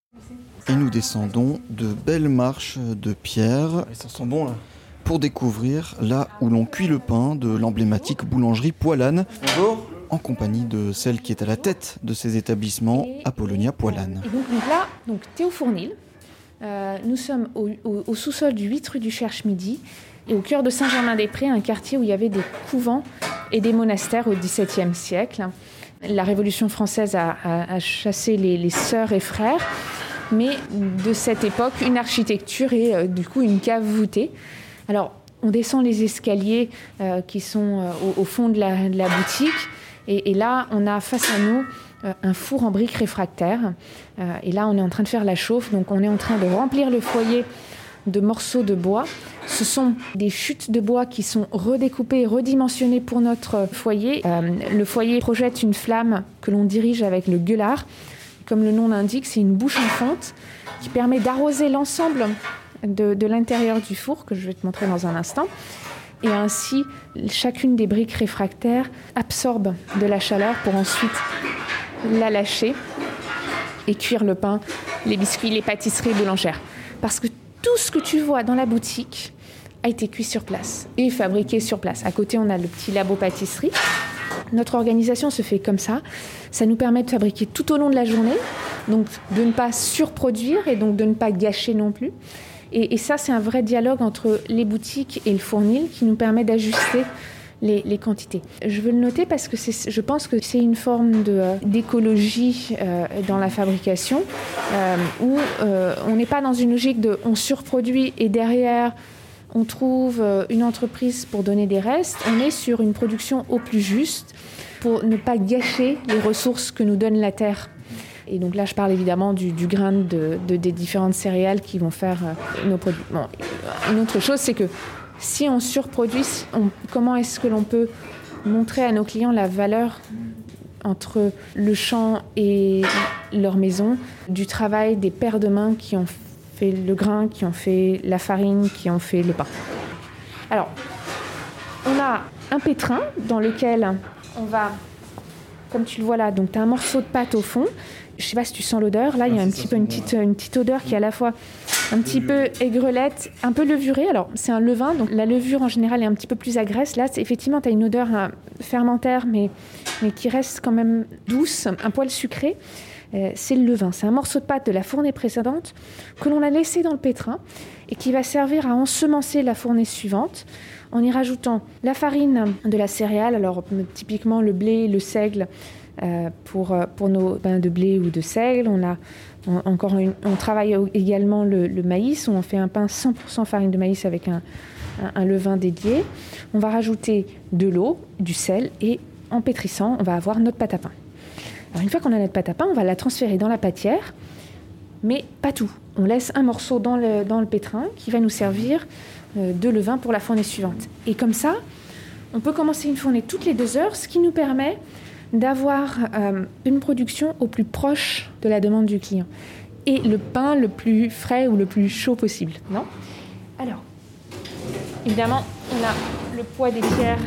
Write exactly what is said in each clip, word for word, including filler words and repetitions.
Et nous descendons de belles marches de pierre. Ils s'en sont bons là. Pour découvrir là où l'on cuit le pain de l'emblématique boulangerie Poilane. Bonjour. En compagnie de celle qui est à la tête de ces établissements, Apollonia Poilane. Et donc, donc là, donc, Théo Fournil, euh, nous sommes au, au, au sous-sol du huit rue du Cherche-Midi et au cœur de Saint-Germain-des-Prés, un quartier où il y avait des couvents et des monastères au dix-septième siècle. La Révolution française a, a, a chassé les, les sœurs et frères, mais de cette époque, une architecture et euh, du coup une cave voûtée. Alors, on descend les escaliers euh, qui sont euh, au, au fond de la, de la boutique. Et, et là, on a face à nous euh, un four en briques réfractaires. Euh, et là, on est en train de faire la chauffe. Donc, on est en train de remplir le foyer de morceaux de bois. Ce sont des chutes de bois qui sont redécoupées et redimensionnées pour notre foyer. Euh, le foyer projette une flamme que l'on dirige avec le gueulard. Comme le nom l'indique, c'est une bouche en fonte qui permet d'arroser l'ensemble de, de l'intérieur du four, que je vais te montrer dans un instant. Et ainsi, chacune des briques réfractaires absorbe de la chaleur pour ensuite la lâcher et cuire le pain, les biscuits, les pâtisseries boulangères. Parce que tout ce que tu vois dans la boutique a été cuit sur place et fabriqué sur place. À côté, on a le petit labo pâtisserie. Notre organisation se fait comme ça. Ça nous permet de fabriquer tout au long de la journée, donc de ne pas surproduire et donc de ne pas gâcher non plus. Et, et ça, c'est un vrai dialogue entre les boutiques et le fournil qui nous permet d'ajuster les, les quantités. Je veux le noter parce que c'est, je pense que c'est une forme de, euh, d'écologie euh, dans la fabrication euh, où euh, on n'est pas dans une logique de on surproduit et derrière on trouve euh, une entreprise pour donner des restes. On est sur une production au plus juste pour ne pas gâcher les ressources que nous donne la terre. Et donc là, je parle évidemment du, du grain de, de, des différentes céréales qui vont faire euh, nos produits. Bon, une autre chose, c'est que si on surproduit, on, comment est-ce que l'on peut montrer à nos clients la valeur entre le champ et leur maison, du travail des pères de main qui ont fait le grain, qui ont fait la farine, qui ont fait le pain. Alors, on a un pétrin dans lequel on va, comme tu le vois là, donc tu as un morceau de pâte au fond. Je ne sais pas si tu sens l'odeur. Là, il y a un petit peu une petite, une petite odeur qui est à la fois un petit peu aigrelette, un peu levurée. Alors, c'est un levain, donc la levure en général est un petit peu plus agresse. Là, c'est, effectivement, tu as une odeur hein, fermentaire, mais, mais qui reste quand même douce, un poil sucré. Euh, c'est le levain. C'est un morceau de pâte de la fournée précédente que l'on a laissé dans le pétrin et qui va servir à ensemencer la fournée suivante en y rajoutant la farine de la céréale, alors typiquement le blé, le seigle, euh, pour, pour nos pains de blé ou de seigle. On, a, on, encore une, on travaille également le, le maïs, où on fait un pain cent pour cent farine de maïs avec un, un, un levain dédié. On va rajouter de l'eau, du sel et en pétrissant, on va avoir notre pâte à pain. Alors une fois qu'on a notre pâte à pain, on va la transférer dans la pâtière, mais pas tout. On laisse un morceau dans le, dans le pétrin qui va nous servir euh, de levain pour la fournée suivante. Et comme ça, on peut commencer une fournée toutes les deux heures, ce qui nous permet d'avoir euh, une production au plus proche de la demande du client. Et le pain le plus frais ou le plus chaud possible. Non ? Alors, évidemment, on a le poids des pierres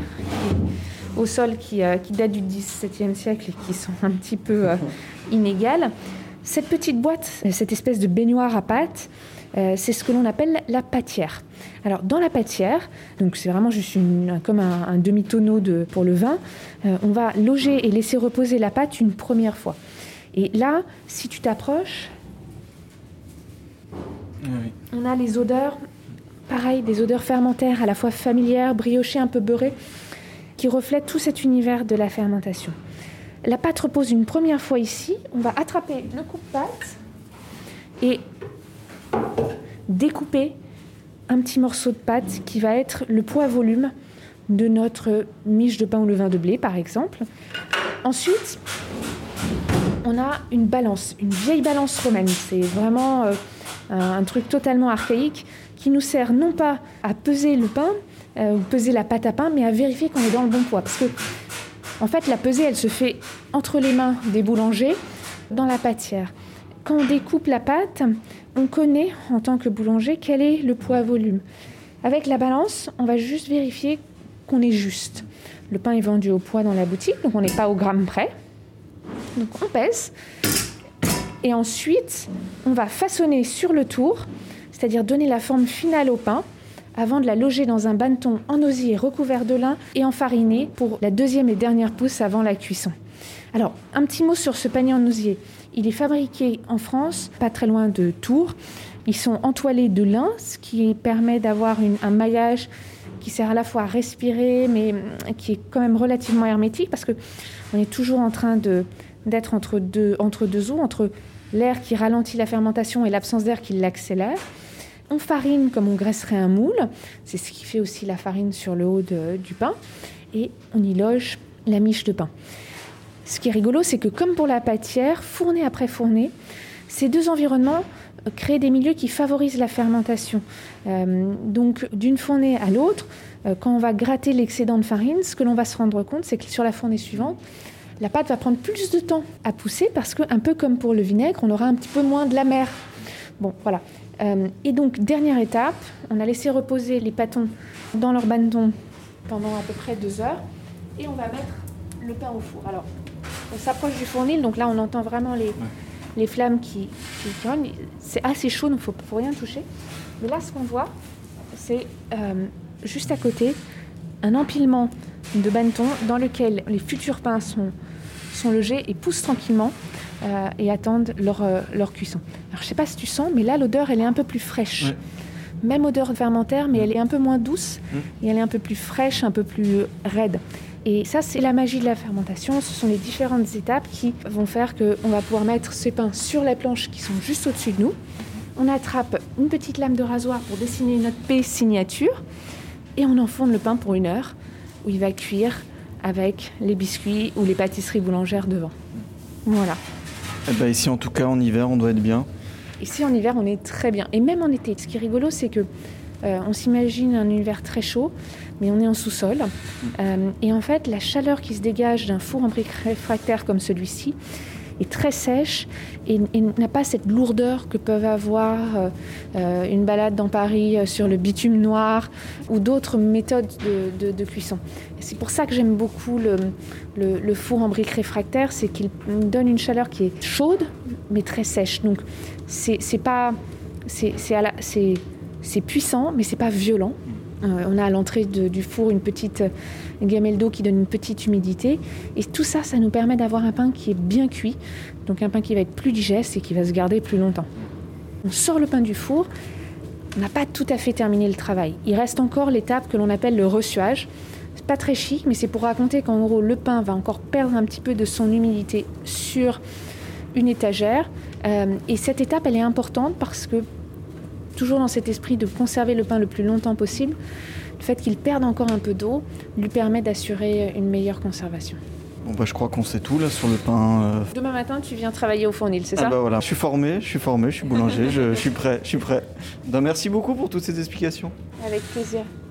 au sol qui, euh, qui date du dix-septième siècle et qui sont un petit peu euh, inégales. Cette petite boîte, cette espèce de baignoire à pâte, euh, c'est ce que l'on appelle la pâtière. Alors dans la pâtière, donc c'est vraiment juste une, comme un, un demi-tonneau de, pour le vin, euh, on va loger et laisser reposer la pâte une première fois. Et là, si tu t'approches, oui. On a les odeurs, pareil, des odeurs fermentaires à la fois familières, briochées, un peu beurrées, qui reflètent tout cet univers de la fermentation. La pâte repose une première fois ici. On va attraper le coupe-pâte et découper un petit morceau de pâte qui va être le poids-volume de notre miche de pain ou levain de blé, par exemple. Ensuite, on a une balance, une vieille balance romaine. C'est vraiment euh, un truc totalement archaïque qui nous sert non pas à peser le pain, euh, ou peser la pâte à pain, mais à vérifier qu'on est dans le bon poids. Parce que en fait, la pesée, elle se fait entre les mains des boulangers dans la pâtière. Quand on découpe la pâte, on connaît, en tant que boulanger, quel est le poids-volume. Avec la balance, on va juste vérifier qu'on est juste. Le pain est vendu au poids dans la boutique, donc on n'est pas au gramme près. Donc on pèse. Et ensuite, on va façonner sur le tour, c'est-à-dire donner la forme finale au pain, avant de la loger dans un bannetton en osier recouvert de lin et enfariné pour la deuxième et dernière pousse avant la cuisson. Alors, un petit mot sur ce panier en osier. Il est fabriqué en France, pas très loin de Tours. Ils sont entoilés de lin, ce qui permet d'avoir une, un maillage qui sert à la fois à respirer, mais qui est quand même relativement hermétique, parce qu'on est toujours en train de, d'être entre deux, entre deux eaux, entre l'air qui ralentit la fermentation et l'absence d'air qui l'accélère. On farine comme on graisserait un moule, c'est ce qui fait aussi la farine sur le haut de, du pain, et on y loge la miche de pain. Ce qui est rigolo, c'est que comme pour la pâtière, fournée après fournée, ces deux environnements créent des milieux qui favorisent la fermentation. Euh, donc d'une fournée à l'autre, euh, quand on va gratter l'excédent de farine, ce que l'on va se rendre compte, c'est que sur la fournée suivante, la pâte va prendre plus de temps à pousser parce que, un peu comme pour le vinaigre, on aura un petit peu moins de la mer. Bon, voilà. Euh, et donc, dernière étape, on a laissé reposer les pâtons dans leur bannetton pendant à peu près deux heures et on va mettre le pain au four. Alors, on s'approche du fournil, donc là, on entend vraiment les, ouais. les flammes qui, qui, qui rognent. C'est assez chaud, donc il ne faut, faut rien toucher. Mais là, ce qu'on voit, c'est euh, juste à côté un empilement de bannetons dans lequel les futurs pains sont, sont logés et poussent tranquillement euh, et attendent leur, euh, leur cuisson. Alors, je ne sais pas si tu sens, mais là, l'odeur, elle est un peu plus fraîche. Ouais. Même odeur fermentaire, mais elle est un peu moins douce mmh. et elle est un peu plus fraîche, un peu plus raide. Et ça, c'est la magie de la fermentation. Ce sont les différentes étapes qui vont faire qu'on va pouvoir mettre ces pains sur les planches qui sont juste au-dessus de nous. On attrape une petite lame de rasoir pour dessiner notre P signature et on enfourne le pain pour une heure où il va cuire avec les biscuits ou les pâtisseries boulangères devant. Voilà. Eh ben ici, en tout cas, en hiver, on doit être bien. Ici, en hiver, on est très bien. Et même en été. Ce qui est rigolo, c'est que euh, on s'imagine un hiver très chaud, mais on est en sous-sol. Euh, et en fait, la chaleur qui se dégage d'un four en briques réfractaires comme celui-ci est très sèche et, et n'a pas cette lourdeur que peuvent avoir euh, une balade dans Paris sur le bitume noir ou d'autres méthodes de, de, de cuisson. Et c'est pour ça que j'aime beaucoup le, le, le four en briques réfractaires, c'est qu'il donne une chaleur qui est chaude mais très sèche. Donc c'est, c'est pas c'est, c'est, à la, c'est, c'est puissant mais c'est pas violent. Euh, on a à l'entrée de, du four une petite gamelle d'eau qui donne une petite humidité. Et tout ça, ça nous permet d'avoir un pain qui est bien cuit. Donc un pain qui va être plus digeste et qui va se garder plus longtemps. On sort le pain du four. On n'a pas tout à fait terminé le travail. Il reste encore l'étape que l'on appelle le ressuage. C'est pas très chic, mais c'est pour raconter qu'en gros, le pain va encore perdre un petit peu de son humidité sur une étagère. Euh, et cette étape, elle est importante parce que toujours dans cet esprit de conserver le pain le plus longtemps possible, le fait qu'il perde encore un peu d'eau lui permet d'assurer une meilleure conservation. Bon bah je crois qu'on sait tout là sur le pain. Euh... Demain matin tu viens travailler au fournil, c'est ah ça? Bah voilà, je suis formé, je suis formé, je suis boulanger, je, je suis prêt, je suis prêt. Ben merci beaucoup pour toutes ces explications. Avec plaisir.